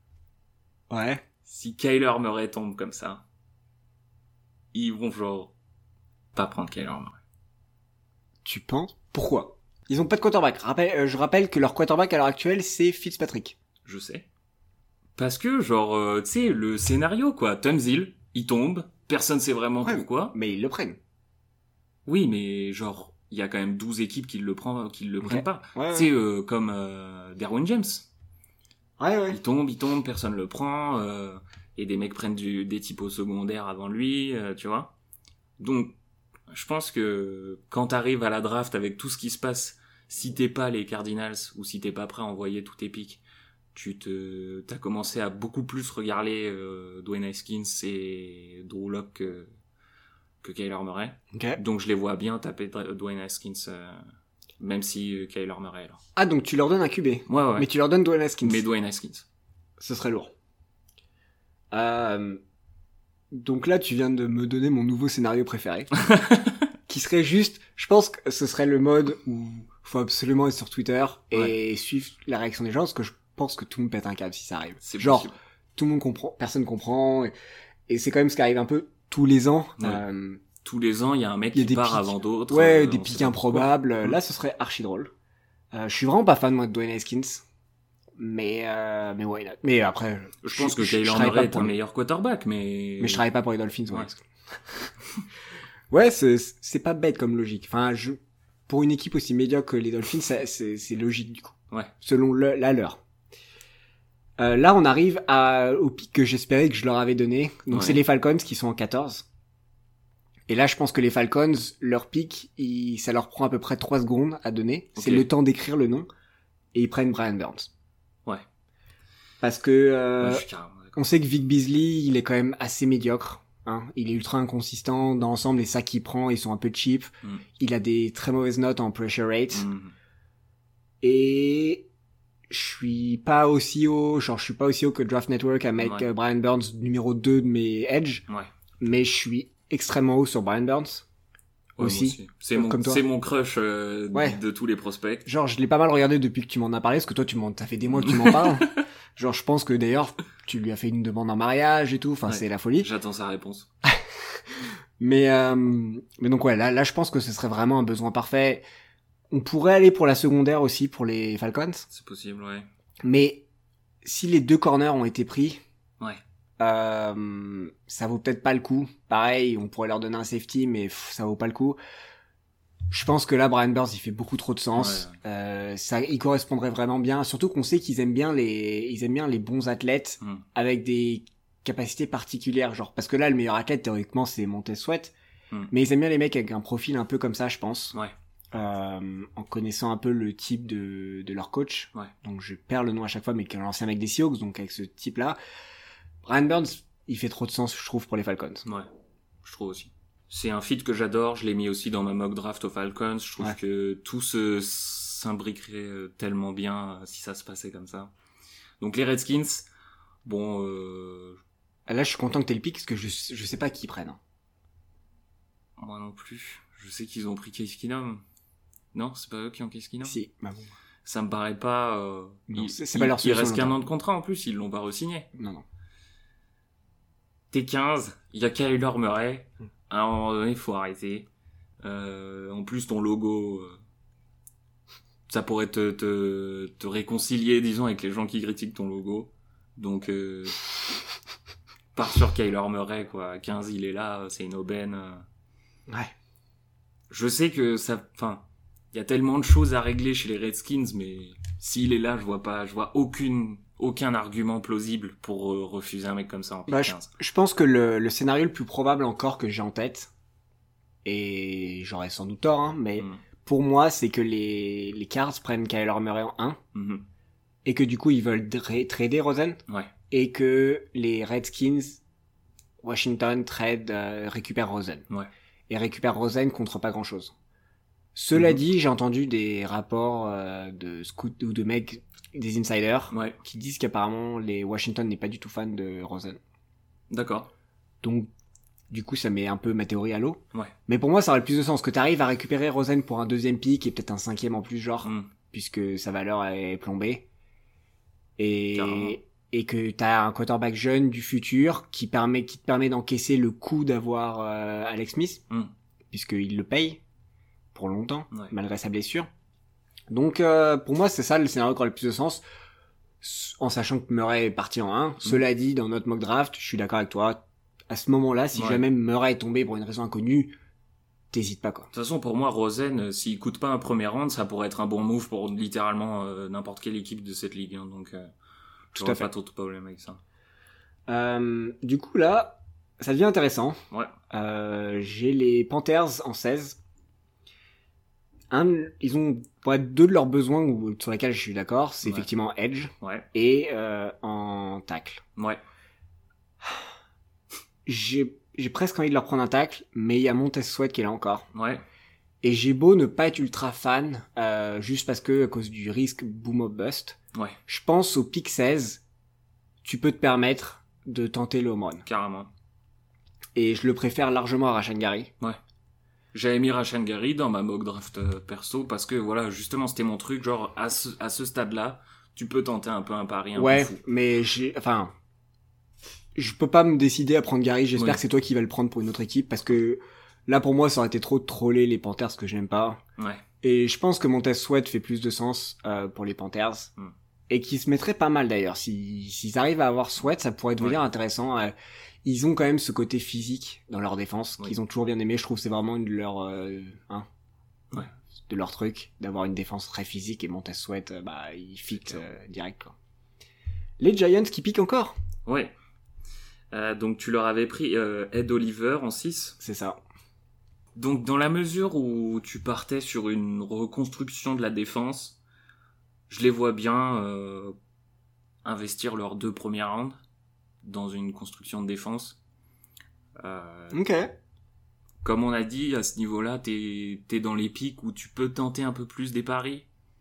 si Kyler Murray tombe comme ça, ils vont genre pas prendre Kyler Murray. Tu penses? Pourquoi? Ils ont pas de quarterback. Je rappelle que leur quarterback à l'heure actuelle, c'est Fitzpatrick. Je sais. Parce que genre, tu sais, le scénario quoi, Tom Zil, il tombe, personne sait vraiment pourquoi. Mais ils le prennent. Oui, mais genre... Il y a quand même 12 équipes qui le prennent pas. Ouais, tu sais, comme Derwin James. Ouais. Il tombe, personne le prend. Et des mecs prennent des typos secondaires avant lui, tu vois. Donc, je pense que quand t'arrives à la draft avec tout ce qui se passe, si t'es pas les Cardinals ou si t'es pas prêt à envoyer tous tes picks, t'as commencé à beaucoup plus regarder Dwayne Haskins et Drew Lock que Kyler Murray. Donc je les vois bien taper Dwayne Haskins, même si Kyler Murray est là. Ah, donc tu leur donnes un QB. Ouais. Mais tu leur donnes Dwayne Haskins. Mais Dwayne Haskins. Ce serait lourd. Donc là, tu viens de me donner mon nouveau scénario préféré. Qui serait juste, je pense que ce serait le mode où faut absolument être sur Twitter et suivre la réaction des gens, parce que je pense que tout le monde pète un câble si ça arrive. C'est genre, possible. Tout le monde comprend, personne comprend, et c'est quand même ce qui arrive un peu tous les ans. Tous les ans, il y a un mec qui part avant d'autres. Ouais, des pics improbables. Là, ce serait archi drôle. Je suis vraiment pas fan moi de Dwayne Haskins. Mais ouais. Mais après, je pense que Kyler Murray est un meilleur quarterback, mais je travaille pas pour les Dolphins. Ouais, ouais c'est pas bête comme logique. Enfin, pour une équipe aussi médiocre que les Dolphins, c'est logique du coup. Ouais. Selon la leur. Là, on arrive au pic que j'espérais que je leur avais donné. Donc, c'est les Falcons qui sont en 14. Et là, je pense que les Falcons, leur pic, ça leur prend à peu près 3 secondes à donner. Okay. C'est le temps d'écrire le nom. Et ils prennent Brian Burns. Ouais. Parce que on sait que Vic Beasley, il est quand même assez médiocre. Hein. Il est ultra inconsistant. Dans l'ensemble, les sacs qu'il prend, ils sont un peu cheap. Il a des très mauvaises notes en pressure rate. Et je suis pas aussi haut que Draft Network à mettre Brian Burns numéro 2 de mes edge. Ouais. Mais je suis extrêmement haut sur Brian Burns. Aussi. C'est mon crush de tous les prospects. Genre, je l'ai pas mal regardé depuis que tu m'en as parlé, parce que toi, t'as fait des mois que tu m'en parles. Genre, je pense que d'ailleurs, tu lui as fait une demande en mariage et tout. Enfin, c'est la folie. J'attends sa réponse. mais donc ouais, là, je pense que ce serait vraiment un besoin parfait. On pourrait aller pour la secondaire aussi pour les Falcons. C'est possible, ouais. Mais si les 2 corners ont été pris, ça vaut peut-être pas le coup. Pareil, on pourrait leur donner un safety, mais ça vaut pas le coup. Je pense que là, Brian Burns, il fait beaucoup trop de sens. Il correspondrait vraiment bien. Surtout qu'on sait qu'ils aiment bien les bons athlètes avec des capacités particulières. Genre, parce que là, le meilleur athlète, théoriquement, c'est Montez Sweat. Mais ils aiment bien les mecs avec un profil un peu comme ça, je pense. Ouais. En connaissant un peu le type de leur coach. Ouais. Donc, je perds le nom à chaque fois, mais qui est l'ancien mec des Seahawks, donc avec ce type-là. Brian Burns, il fait trop de sens, je trouve, pour les Falcons. Ouais, je trouve aussi. C'est un fit que j'adore, je l'ai mis aussi dans ma mock draft aux Falcons. Je trouve que tout s'imbriquerait tellement bien si ça se passait comme ça. Donc les Redskins, bon... Là, je suis content que t'aies le pick, parce que je sais pas qui ils prennent. Moi non plus. Je sais qu'ils ont pris Case Keenum. Non, c'est pas eux qui ont Case Keenum ? Si, bah bon. Ça me paraît pas... Non, c'est pas leur solution. Il reste qu'un an de contrat en plus, ils l'ont pas re-signé. Non. T15, il y a Kyler Murray. À un moment donné, faut arrêter. En plus, ton logo, ça pourrait te réconcilier, disons, avec les gens qui critiquent ton logo. Donc, pars sur Kyler Murray, quoi. 15, il est là, c'est une aubaine. Ouais. Je sais que il y a tellement de choses à régler chez les Redskins, mais s'il est là, je vois aucun argument plausible pour refuser un mec comme ça en pick 15. Je pense que le scénario le plus probable encore que j'ai en tête, et j'aurais sans doute tort, hein, mais pour moi, c'est que les Cards prennent Kyler Murray en 1, et que du coup, ils veulent trader Rosen, et que les Redskins, Washington, récupèrent Rosen. Et récupèrent Rosen contre pas grand-chose. Cela dit, j'ai entendu des rapports de scouts ou de mecs, des insiders, qui disent qu'apparemment les Washington n'est pas du tout fan de Rosen. D'accord. Donc, du coup, ça met un peu ma théorie à l'eau. Ouais. Mais pour moi, ça aurait plus de sens que t'arrives à récupérer Rosen pour un 2e pick et peut-être un 5e en plus, genre, puisque sa valeur est plombée. Et que t'as un quarterback jeune du futur qui te permet d'encaisser le coût d'avoir Alex Smith, puisqu'il le paye pour longtemps, malgré sa blessure. Donc, pour moi, c'est ça le scénario qui aurait le plus de sens, en sachant que Murray est parti en 1. Cela dit, dans notre mock draft, je suis d'accord avec toi. À ce moment-là, si jamais Murray est tombé pour une raison inconnue, t'hésites pas, quoi. De toute façon, pour moi, Rosen, s'il coûte pas un premier round, ça pourrait être un bon move pour littéralement n'importe quelle équipe de cette ligue. Hein, donc, je vois pas trop de problème avec ça. Du coup, là, ça devient intéressant. Ouais. J'ai les Panthers en 16. Ils ont 2 de leurs besoins sur lesquels je suis d'accord, c'est effectivement edge et en tackle. Ouais. J'ai presque envie de leur prendre un tackle, mais il y a Montez Sweat qui est là encore. Ouais. Et j'ai beau ne pas être ultra fan, juste parce que à cause du risque boom or bust. Ouais. Je pense au pick 16, tu peux te permettre de tenter le home run. Carrément. Et je le préfère largement à Rashan Gary. Ouais. J'avais mis Rashan Gary dans ma mock draft perso parce que voilà, justement, c'était mon truc. Genre, à ce stade-là, tu peux tenter un peu un pari un peu fou. Mais je peux pas me décider à prendre Gary. J'espère que c'est toi qui vas le prendre pour une autre équipe parce que là, pour moi, ça aurait été trop de troller les Panthers que je n'aime pas. Ouais. Et je pense que Montez Sweat fait plus de sens pour les Panthers. Et qui se mettrait pas mal d'ailleurs. S'ils arrivent à avoir Sweat, ça pourrait devenir intéressant. Ils ont quand même ce côté physique dans leur défense qu'ils ont toujours bien aimé. Je trouve que c'est vraiment une de leurs de leur truc d'avoir une défense très physique, et Montez Sweat il fit direct quoi. Les Giants qui piquent encore. Ouais. Donc tu leur avais pris Ed Oliver en 6. C'est ça. Donc dans la mesure où tu partais sur une reconstruction de la défense, je les vois bien investir leurs 2 premières rounds dans une construction de défense. Ok. Comme on a dit, à ce niveau-là, t'es dans les pics où tu peux tenter un peu plus des paris.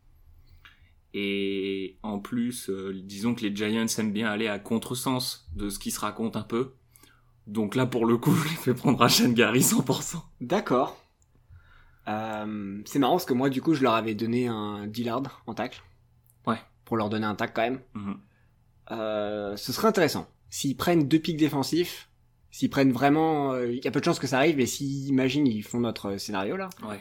Et en plus, disons que les Giants aiment bien aller à contresens de ce qui se raconte un peu. Donc là, pour le coup, je les fais prendre Rashan Gary 100%. D'accord. C'est marrant parce que moi, du coup, je leur avais donné un Dillard en tacle. Ouais. Pour leur donner un tacle quand même. Ce serait intéressant. S'ils prennent 2 pics défensifs, s'ils prennent vraiment... Il y a peu de chances que ça arrive, mais s'ils imaginent, ils font notre scénario là. Ouais.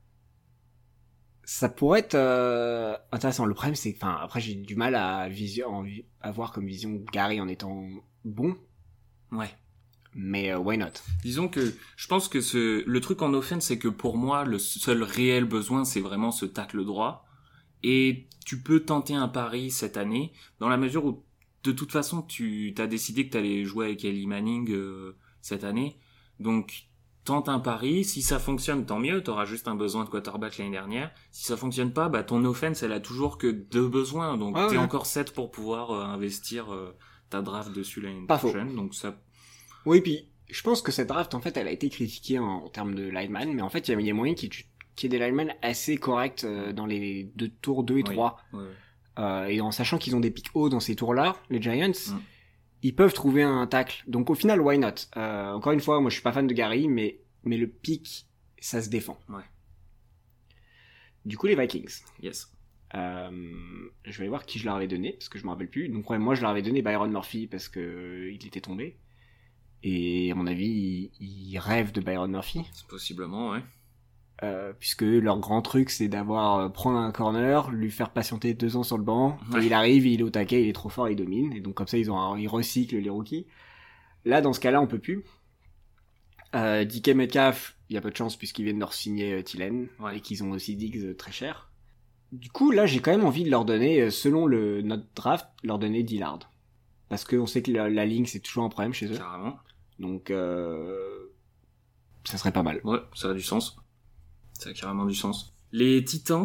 Ça pourrait être intéressant. Le problème, c'est que... Enfin, après, j'ai du mal à voir comme vision Gary en étant bon. Ouais. Mais why not? Disons que je pense que le truc en offense, c'est que pour moi, le seul réel besoin, c'est vraiment ce tacle droit. Et tu peux tenter un pari cette année, dans la mesure où, de toute façon, tu t'as décidé que t'allais jouer avec Eli Manning cette année. Donc, tente un pari. Si ça fonctionne, tant mieux. T'auras juste un besoin de quarterback l'année dernière. Si ça fonctionne pas, ton offense, elle a toujours que 2 besoins. Donc, t'es encore 7 pour pouvoir investir ta draft dessus l'année prochaine. Donc, ça... Oui, puis je pense que cette draft, en fait, elle a été critiquée en termes de lineman, mais en fait, il y a moyen qu'il y ait des linemen assez corrects dans les tours 2 et 3. Ouais. Et en sachant qu'ils ont des pics hauts dans ces tours-là, les Giants, ils peuvent trouver un tacle. Donc au final, why not? Encore une fois, moi je suis pas fan de Gary, mais le pic, ça se défend. Ouais. Du coup, les Vikings. Yes. Je vais voir qui je leur avais donné, parce que je me rappelle plus. Donc ouais, moi je leur avais donné Byron Murphy parce que il était tombé. Et à mon avis, ils rêvent de Byron Murphy. C'est possiblement, ouais. Puisque leur grand truc, c'est d'avoir prendre un corner, lui faire patienter 2 ans sur le banc, et il arrive, il est au taquet, il est trop fort, il domine, et donc comme ça ils recyclent les rookies. Là, dans ce cas-là, on peut plus. DK Metcalf, il y a peu de chance puisqu'ils viennent de leur signer Thielen, et qu'ils ont aussi Diggs très cher. Du coup, là, j'ai quand même envie de leur donner, selon notre draft, leur donner Dillard. Parce qu'on sait que la ligne, c'est toujours un problème chez eux. Carrément. Donc, ça serait pas mal. Ouais, ça a du sens. Ça a carrément du sens. Les Titans,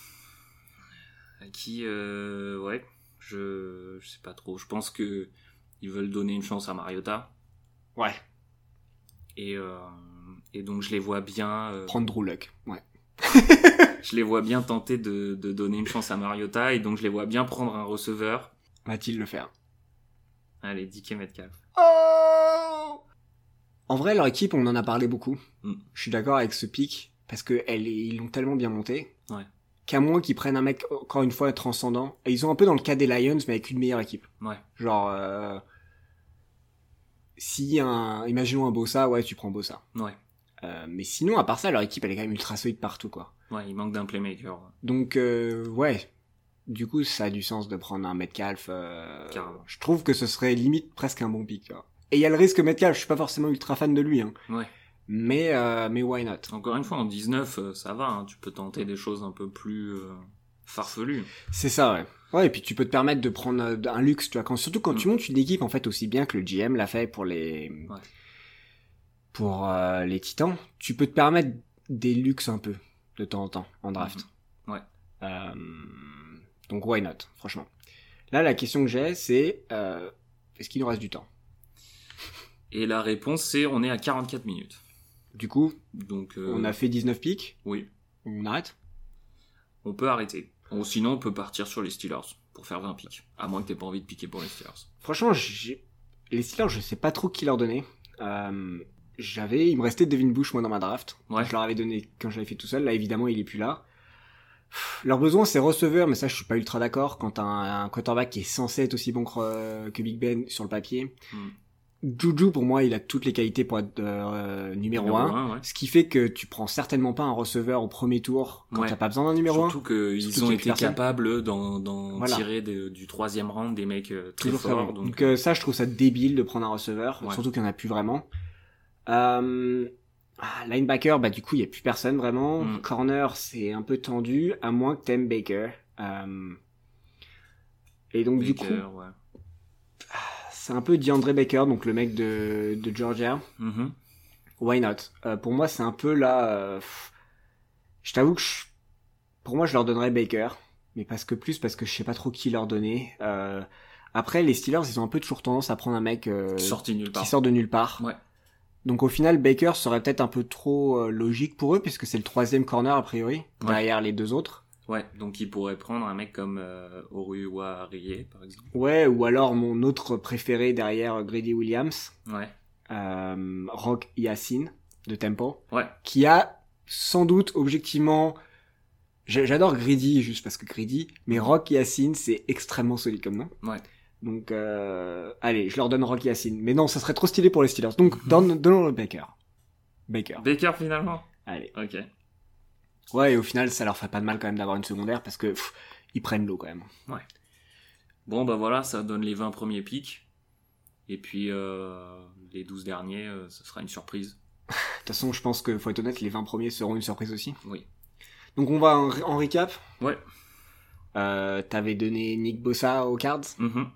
à qui, je sais pas trop. Je pense que ils veulent donner une chance à Mariota. Ouais. Et donc je les vois bien. Prendre Drew Luck. Ouais. Je les vois bien tenter de donner une chance à Mariota, et donc je les vois bien prendre un receveur. Va-t-il le faire? Allez, DK Metcalf. Oh! En vrai, leur équipe, on en a parlé beaucoup. Je suis d'accord avec ce pic, parce que ils l'ont tellement bien monté. Ouais. Qu'à moins qu'ils prennent un mec, encore une fois, transcendant. Et ils sont un peu dans le cas des Lions, mais avec une meilleure équipe. Ouais. Genre, imaginons un Bosa, ouais, tu prends Bosa. Ouais. Mais sinon, à part ça, leur équipe, elle est quand même ultra solide partout, quoi. Ouais, il manque d'un playmaker. Donc, ouais. Du coup, ça a du sens de prendre un Metcalf. Je trouve que ce serait limite presque un bon pick. Quoi. Et il y a le risque Metcalf, je suis pas forcément ultra fan de lui. Hein. Ouais. Mais why not? Encore une fois, en 19, ça va. Hein. Tu peux tenter des choses un peu plus farfelues. C'est ça, ouais. Ouais, et puis tu peux te permettre de prendre un luxe, tu vois. Surtout quand tu montes une équipe, en fait, aussi bien que le GM l'a fait pour les Titans, tu peux te permettre des luxes un peu, de temps en temps, en draft. Ouais. Donc why not, franchement. Là, la question que j'ai, c'est est-ce qu'il nous reste du temps? Et la réponse, c'est on est à 44 minutes. Du coup, donc on a fait 19 pics. Oui. On arrête? On peut arrêter. Ou sinon, on peut partir sur les Steelers pour faire 20 pics. À moins que t'aies pas envie de piquer pour les Steelers. Franchement, les Steelers, je sais pas trop qui leur donner. Il me restait Devin Bush, moi, dans ma draft. Ouais. Je leur avais donné quand je l'avais fait tout seul. Là, évidemment, il est plus là. Leur besoin, c'est receveur, mais ça, je suis pas ultra d'accord. Quand t'as un quarterback qui est censé être aussi bon que Big Ben sur le papier. Juju, pour moi, il a toutes les qualités pour être numéro 1. Ouais. Ce qui fait que tu prends certainement pas un receveur au premier tour quand t'as pas besoin d'un numéro 1. Surtout qu'ils ont été capables d'en tirer du 3e round des mecs très Toujours forts. Donc ça, je trouve ça débile de prendre un receveur. Surtout qu'il n'y en a plus vraiment. Linebacker, du coup, il n'y a plus personne vraiment. Corner, c'est un peu tendu, à moins que t'aimes Baker. Et donc, du coup... C'est un peu DeAndre Baker, donc le mec de Georgia. Why not? Pour moi, c'est un peu là... je t'avoue que pour moi, je leur donnerais Baker. Mais parce que je sais pas trop qui leur donner. Après, les Steelers, ils ont un peu toujours tendance à prendre un mec qui sort de nulle part. Ouais. Donc au final, Baker serait peut-être un peu trop logique pour eux, puisque c'est le 3e corner a priori, derrière les 2 autres. Ouais, donc ils pourraient prendre un mec comme Oruwariye, par exemple. Ouais, ou alors mon autre préféré derrière Grady Williams. Ouais. Rock Yassin de Temple. Ouais. Qui a sans doute objectivement... J'adore Grady juste parce que Grady, mais Rock Yassin c'est extrêmement solide comme nom. Ouais. Donc allez, je leur donne Rock Yassin. Mais non, ça serait trop stylé pour les Steelers. Donc donnons le Baker. Baker finalement. Allez. Ok. Ouais, et au final, ça leur ferait pas de mal quand même d'avoir une secondaire parce que ils prennent l'eau quand même. Ouais. Bon, voilà, ça donne les 20 premiers picks. Et puis, les 12 derniers, ce sera une surprise. De toute façon, je pense que, faut être honnête, les 20 premiers seront une surprise aussi. Oui. Donc, on va en recap. Ouais. T'avais donné Nick Bosa aux Cards.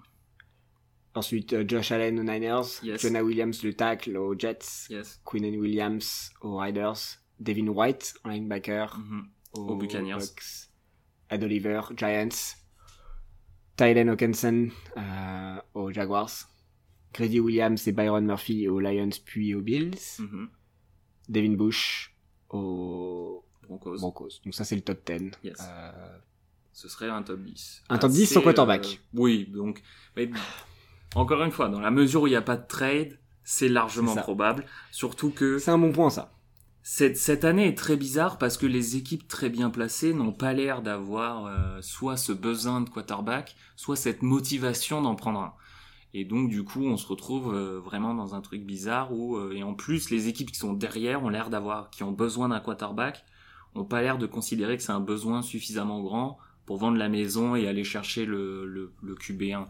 Ensuite, Josh Allen aux Niners. Yes. Jonah Williams, le tackle, aux Jets. Yes. Quinnen Williams aux Riders. Devin White, en linebacker, aux Buccaneers. Bucks. Ed Oliver, Giants. Tylen Hawkinson aux Jaguars. Grady Williams et Byron Murphy aux Lions puis aux Bills. Devin Bush aux Broncos. Donc ça c'est le top 10. Yes. Ce serait un top 10. Un top 10 sans quarterback. Oui, donc... Mais, encore une fois, dans la mesure où il n'y a pas de trade, c'est largement probable. Surtout que... C'est un bon point ça. Cette année est très bizarre parce que les équipes très bien placées n'ont pas l'air d'avoir soit ce besoin de quarterback, soit cette motivation d'en prendre un. Et donc du coup, on se retrouve vraiment dans un truc bizarre où et en plus les équipes qui sont derrière ont l'air qui ont besoin d'un quarterback, ont pas l'air de considérer que c'est un besoin suffisamment grand pour vendre la maison et aller chercher le QB1.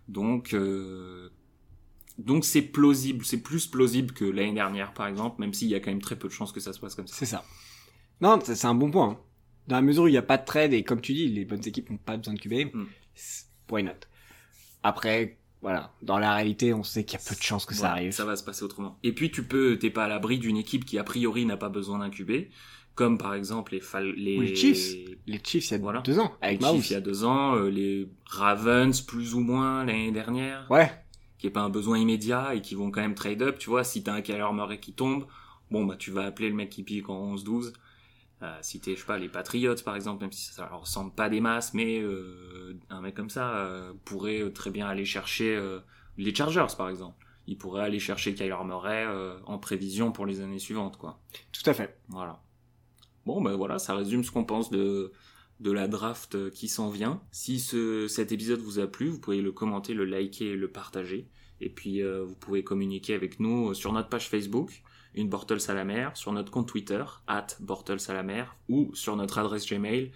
Donc c'est plausible, c'est plus plausible que l'année dernière par exemple, même s'il y a quand même très peu de chances que ça se passe comme ça. C'est ça. Non, c'est un bon point. Hein. Dans la mesure où il n'y a pas de trade et comme tu dis, les bonnes équipes n'ont pas besoin de QB, why not? Après, voilà, dans la réalité, on sait qu'il y a peu de chances que ça arrive. Ça va se passer autrement. Et puis t'es pas à l'abri d'une équipe qui a priori n'a pas besoin d'un QB, comme par exemple les Chiefs. Les Chiefs il y a 2 ans, avec Mahomes. Les Chiefs il y a 2 ans, les Ravens plus ou moins l'année dernière. Ouais. Qui est pas un besoin immédiat et qui vont quand même trade up, tu vois, si t'as un Kyler Murray qui tombe, tu vas appeler le mec qui pique en 11-12. Si t'es, je sais pas, les Patriots par exemple, même si ça leur ressemble pas des masses, mais un mec comme ça pourrait très bien aller chercher les Chargers par exemple. Il pourrait aller chercher Kyler Murray en prévision pour les années suivantes, quoi. Tout à fait. Voilà. Bon, voilà, ça résume ce qu'on pense de la draft qui s'en vient. Si cet épisode vous a plu, vous pouvez le commenter, le liker et le partager. Et puis vous pouvez communiquer avec nous sur notre page Facebook, une Bortles à la mer, sur notre compte Twitter, @Bortles à la mer, ou sur notre adresse Gmail,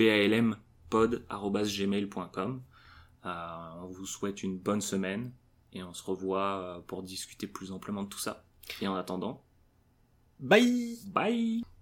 balmpod@gmail.com. On vous souhaite une bonne semaine et on se revoit pour discuter plus amplement de tout ça. Et en attendant, bye! Bye!